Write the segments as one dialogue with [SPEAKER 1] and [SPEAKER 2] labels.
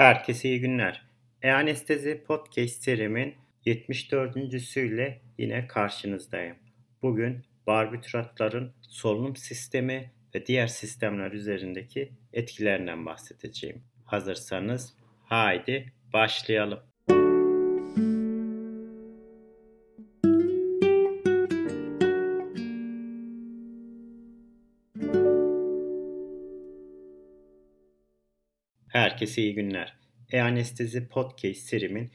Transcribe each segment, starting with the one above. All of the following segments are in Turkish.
[SPEAKER 1] Herkese iyi günler. E-Anestezi Podcast serimin 74.süyle yine karşınızdayım. Bugün barbituratların solunum sistemi ve diğer sistemler üzerindeki etkilerinden bahsedeceğim. Hazırsanız haydi başlayalım. Herkese iyi günler. E-Anestezi Podcast serimin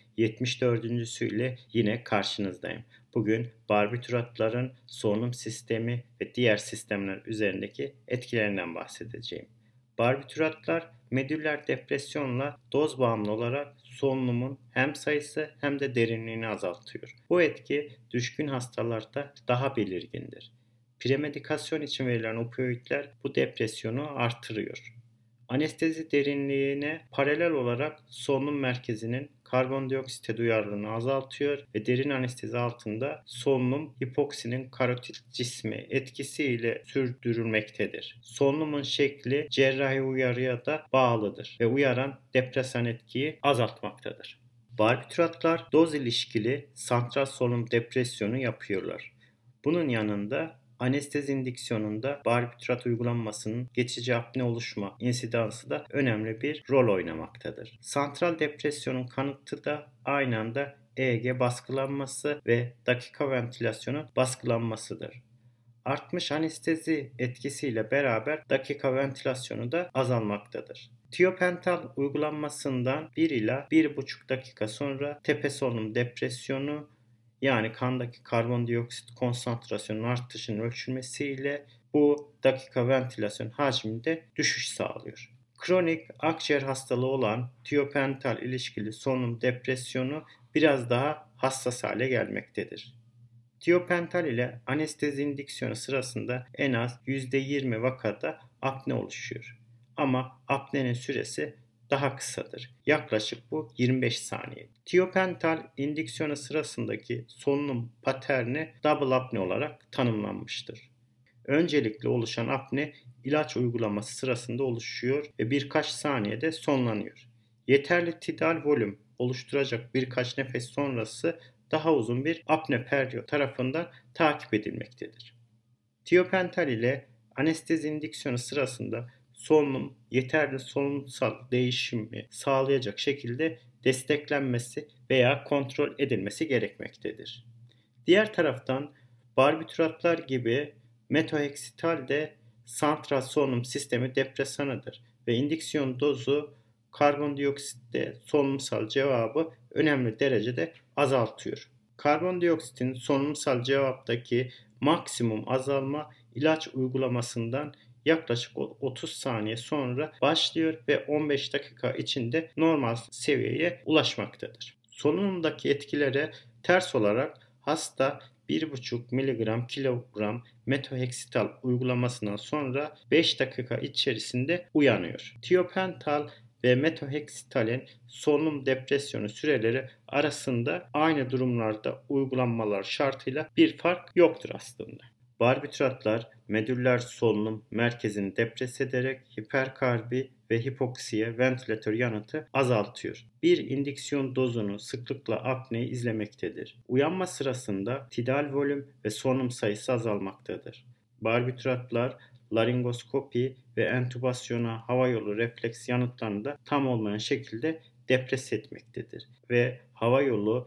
[SPEAKER 1] 74.süyle yine karşınızdayım. Bugün barbituratların solunum sistemi ve diğer sistemler üzerindeki etkilerinden bahsedeceğim. Barbituratlar medüller depresyonla doz bağımlı olarak solunumun hem sayısı hem de derinliğini azaltıyor. Bu etki düşkün hastalarda daha belirgindir. Premedikasyon için verilen opioidler bu depresyonu artırıyor. Anestezi derinliğine paralel olarak solunum merkezinin karbondioksite duyarlılığını azaltıyor ve derin anestezi altında solunum hipoksinin karotit cismi etkisiyle sürdürülmektedir. Solunumun şekli cerrahi uyarıya da bağlıdır ve uyaran depresan etkiyi azaltmaktadır. Barbituratlar doz ilişkili santral solunum depresyonu yapıyorlar. Bunun yanında anestezi indiksiyonunda barbiturat uygulanmasının geçici apne oluşma insidansı da önemli bir rol oynamaktadır. Santral depresyonun kanıtı da aynı anda EEG baskılanması ve dakika ventilasyonun baskılanmasıdır. Artmış anestezi etkisiyle beraber dakika ventilasyonu da azalmaktadır. Tiopental uygulanmasından 1 ila 1,5 dakika sonra tepe solunum depresyonu yani kandaki karbondioksit konsantrasyonunun artışının ölçülmesiyle bu dakika ventilasyon hacminde düşüş sağlıyor. Kronik akciğer hastalığı olan tiopental ilişkili solunum depresyonu biraz daha hassas hale gelmektedir. Tiopental ile anestezi indiksiyonu sırasında en az %20 vakada apne oluşuyor. Ama apnenin süresi daha kısadır. Yaklaşık bu 25 saniye. Tiopental indiksiyonu sırasındaki solunum paterni double apne olarak tanımlanmıştır. Öncelikle oluşan apne ilaç uygulaması sırasında oluşuyor ve birkaç saniyede sonlanıyor. Yeterli tidal volüm oluşturacak birkaç nefes sonrası daha uzun bir apne periyot tarafından takip edilmektedir. Tiopental ile anestezi indiksiyonu sırasında solunum yeterli solunumsal değişimi sağlayacak şekilde desteklenmesi veya kontrol edilmesi gerekmektedir. Diğer taraftan barbituratlar gibi metoheksital de santral solunum sistemi depresanıdır ve indiksiyon dozu karbondioksitte solunumsal cevabı önemli derecede azaltıyor. Karbondioksitin solunumsal cevaptaki maksimum azalma ilaç uygulamasından yaklaşık 30 saniye sonra başlıyor ve 15 dakika içinde normal seviyeye ulaşmaktadır. Solunumdaki etkilere ters olarak hasta 1,5 mg kilogram metoheksital uygulamasından sonra 5 dakika içerisinde uyanıyor. Tiopental ve metoheksitalin solunum depresyonu süreleri arasında aynı durumlarda uygulanmalar şartıyla bir fark yoktur aslında. Barbituratlar medüller solunum merkezini depres ederek hiperkarbi ve hipoksiye ventilatör yanıtı azaltıyor. Bir indiksiyon dozunu sıklıkla apneyi izlemektedir. Uyanma sırasında tidal volüm ve solunum sayısı azalmaktadır. Barbituratlar laringoskopi ve entübasyona havayolu refleks yanıtlarını da tam olmayan şekilde depres etmektedir ve havayolu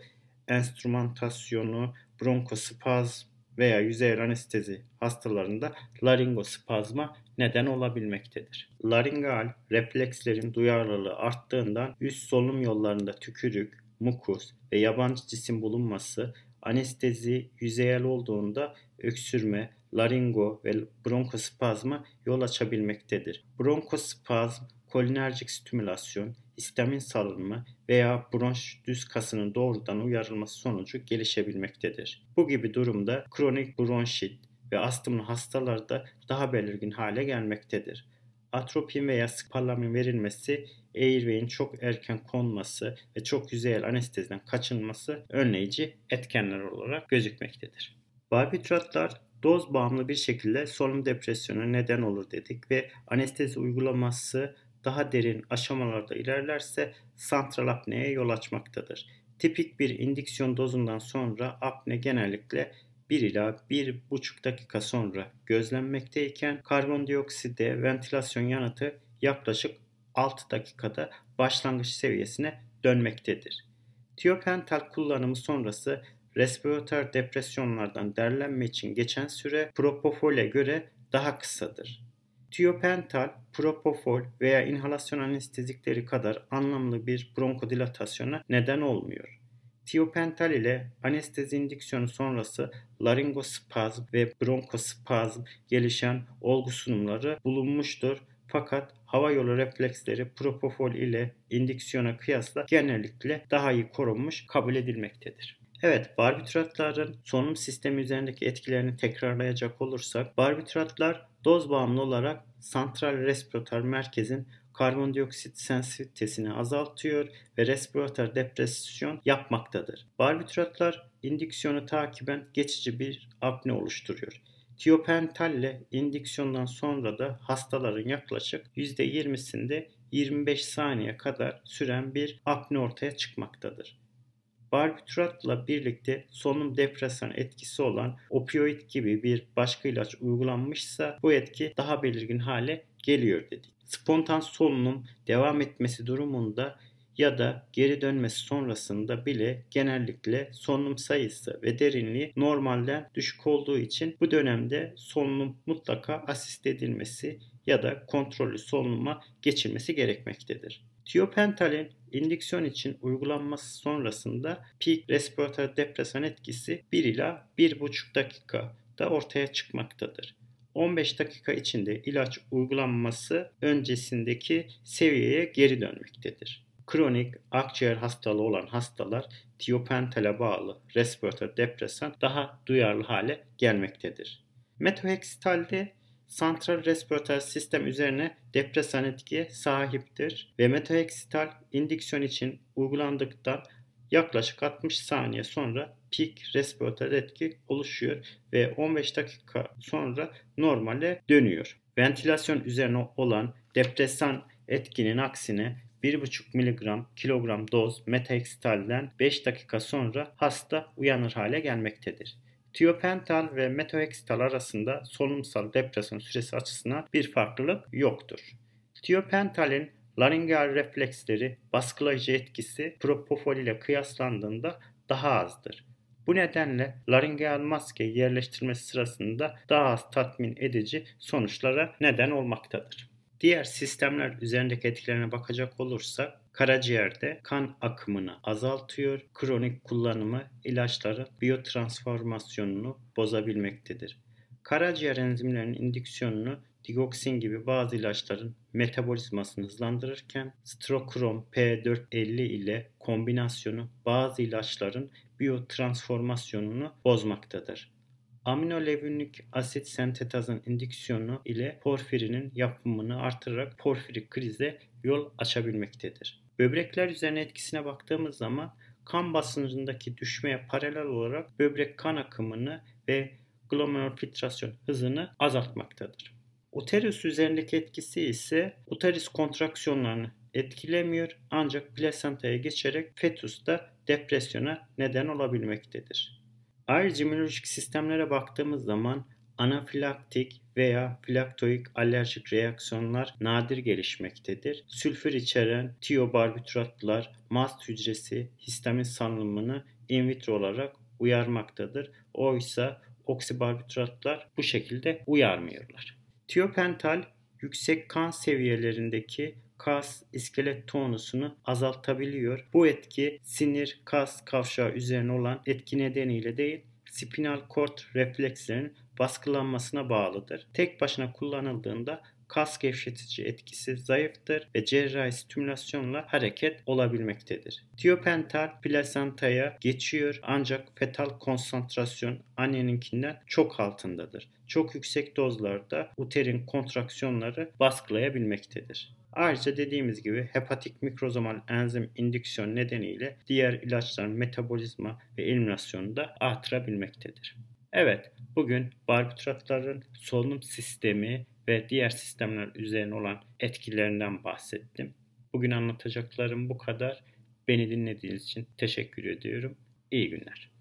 [SPEAKER 1] enstrümantasyonu bronkospazm veya yüzeyel anestezi hastalarında laringospazma neden olabilmektedir. Laringal reflekslerin duyarlılığı arttığından üst solunum yollarında tükürük, mukus ve yabancı cisim bulunması, anestezi yüzeyel olduğunda öksürme, laringo ve bronkospazma yol açabilmektedir. Bronkospazm, kolinerjik stimülasyon, histamin salınımı veya bronş düz kasının doğrudan uyarılması sonucu gelişebilmektedir. Bu gibi durumda kronik bronşit ve astımlı hastalarda daha belirgin hale gelmektedir. Atropin veya skopalamin verilmesi, airway'in çok erken konması ve çok yüzeyel anesteziden kaçınması önleyici etkenler olarak gözükmektedir. Barbituratlar doz bağımlı bir şekilde solunum depresyonuna neden olur dedik ve anestezi uygulaması daha derin aşamalarda ilerlerse santral apneye yol açmaktadır. Tipik bir indüksiyon dozundan sonra apne genellikle 1 ila 1,5 dakika sonra gözlenmekteyken karbondioksite ventilasyon yanıtı yaklaşık 6 dakikada başlangıç seviyesine dönmektedir. Tiopental kullanımı sonrası respiratör depresyonlardan derlenme için geçen süre propofol'e göre daha kısadır. Tiopental, propofol veya inhalasyon anestezikleri kadar anlamlı bir bronkodilatasyona neden olmuyor. Tiopental ile anestezi indüksiyonu sonrası laringospazm ve bronkospazm gelişen olgu sunumları bulunmuştur. Fakat hava yolu refleksleri propofol ile indüksiyona kıyasla genellikle daha iyi korunmuş kabul edilmektedir. Evet, barbituratların solunum sistemi üzerindeki etkilerini tekrarlayacak olursak, barbituratlar doz bağımlı olarak santral respiratör merkezin karbondioksit sensitivitesini azaltıyor ve respiratör depresyon yapmaktadır. Barbituratlar indüksiyonu takiben geçici bir apne oluşturuyor. Tiopental ile indüksiyondan sonra da hastaların yaklaşık %20'sinde 25 saniye kadar süren bir apne ortaya çıkmaktadır. Barbituratla birlikte solunum depresan etkisi olan opioid gibi bir başka ilaç uygulanmışsa bu etki daha belirgin hale geliyor dedik. Spontan solunum devam etmesi durumunda ya da geri dönmesi sonrasında bile genellikle solunum sayısı ve derinliği normalden düşük olduğu için bu dönemde solunum mutlaka asist edilmesi ya da kontrollü solunuma geçilmesi gerekmektedir. Tiopentalin indüksiyon için uygulanması sonrasında peak respiratör depresan etkisi 1 ila 1,5 dakikada ortaya çıkmaktadır. 15 dakika içinde ilaç uygulanması öncesindeki seviyeye geri dönmektedir. Kronik akciğer hastalığı olan hastalar tiopental'e bağlı respiratör depresan daha duyarlı hale gelmektedir. Metohexital'de santral respiratör sistem üzerine depresan etkiye sahiptir ve metohexital indüksiyon için uygulandıktan yaklaşık 60 saniye sonra peak respiratör etki oluşuyor ve 15 dakika sonra normale dönüyor. Ventilasyon üzerine olan depresan etkinin aksine 1,5 mg kilogram doz metohexital'den 5 dakika sonra hasta uyanır hale gelmektedir. Tiopental ve metohexital arasında solunumsal depresyon süresi açısından bir farklılık yoktur. Tiopental'in laringeal refleksleri baskılayıcı etkisi propofol ile kıyaslandığında daha azdır. Bu nedenle laringeal maske yerleştirmesi sırasında daha az tatmin edici sonuçlara neden olmaktadır. Diğer sistemler üzerindeki etkilerine bakacak olursak, karaciğerde kan akımını azaltıyor, kronik kullanımı ilaçların biyotransformasyonunu bozabilmektedir. Karaciğer enzimlerinin indüksiyonunu digoksin gibi bazı ilaçların metabolizmasını hızlandırırken strokrom P450 ile kombinasyonu bazı ilaçların biyotransformasyonunu bozmaktadır. Aminolevünik asit sentetazın indüksiyonu ile porfirinin yapımını artırarak porfirik krize yol açabilmektedir. Böbrekler üzerine etkisine baktığımız zaman kan basıncındaki düşmeye paralel olarak böbrek kan akımını ve glomerulofiltrasyon hızını azaltmaktadır. Uterus üzerindeki etkisi ise uterus kontraksiyonlarını etkilemiyor ancak plasentaya geçerek fetüste depresyona neden olabilmektedir. Ayrıca immünolojik sistemlere baktığımız zaman anafilaktik veya filaktoik alerjik reaksiyonlar nadir gelişmektedir. Sülfür içeren tiyobarbituratlar mast hücresi histamin salınımını in vitro olarak uyarmaktadır. Oysa oksibarbituratlar bu şekilde uyarmıyorlar. Tiopental yüksek kan seviyelerindeki kas iskelet tonusunu azaltabiliyor. Bu etki sinir kas kavşağı üzerine olan etki nedeniyle değil, spinal kord reflekslerinin baskılanmasına bağlıdır. Tek başına kullanıldığında kas gevşetici etkisi zayıftır ve cerrahi stimülasyonla hareket olabilmektedir. Tiopental plasentaya geçiyor ancak fetal konsantrasyon anneninkinden çok altındadır. Çok yüksek dozlarda uterin kontraksiyonları baskılayabilmektedir. Ayrıca dediğimiz gibi hepatik mikrozomal enzim indüksiyon nedeniyle diğer ilaçların metabolizma ve eliminasyonunu da artırabilmektedir. Evet, Bugün barbituratların solunum sistemi ve diğer sistemler üzerine olan etkilerinden bahsettim. Bugün anlatacaklarım bu kadar. Beni dinlediğiniz için teşekkür ediyorum. İyi günler.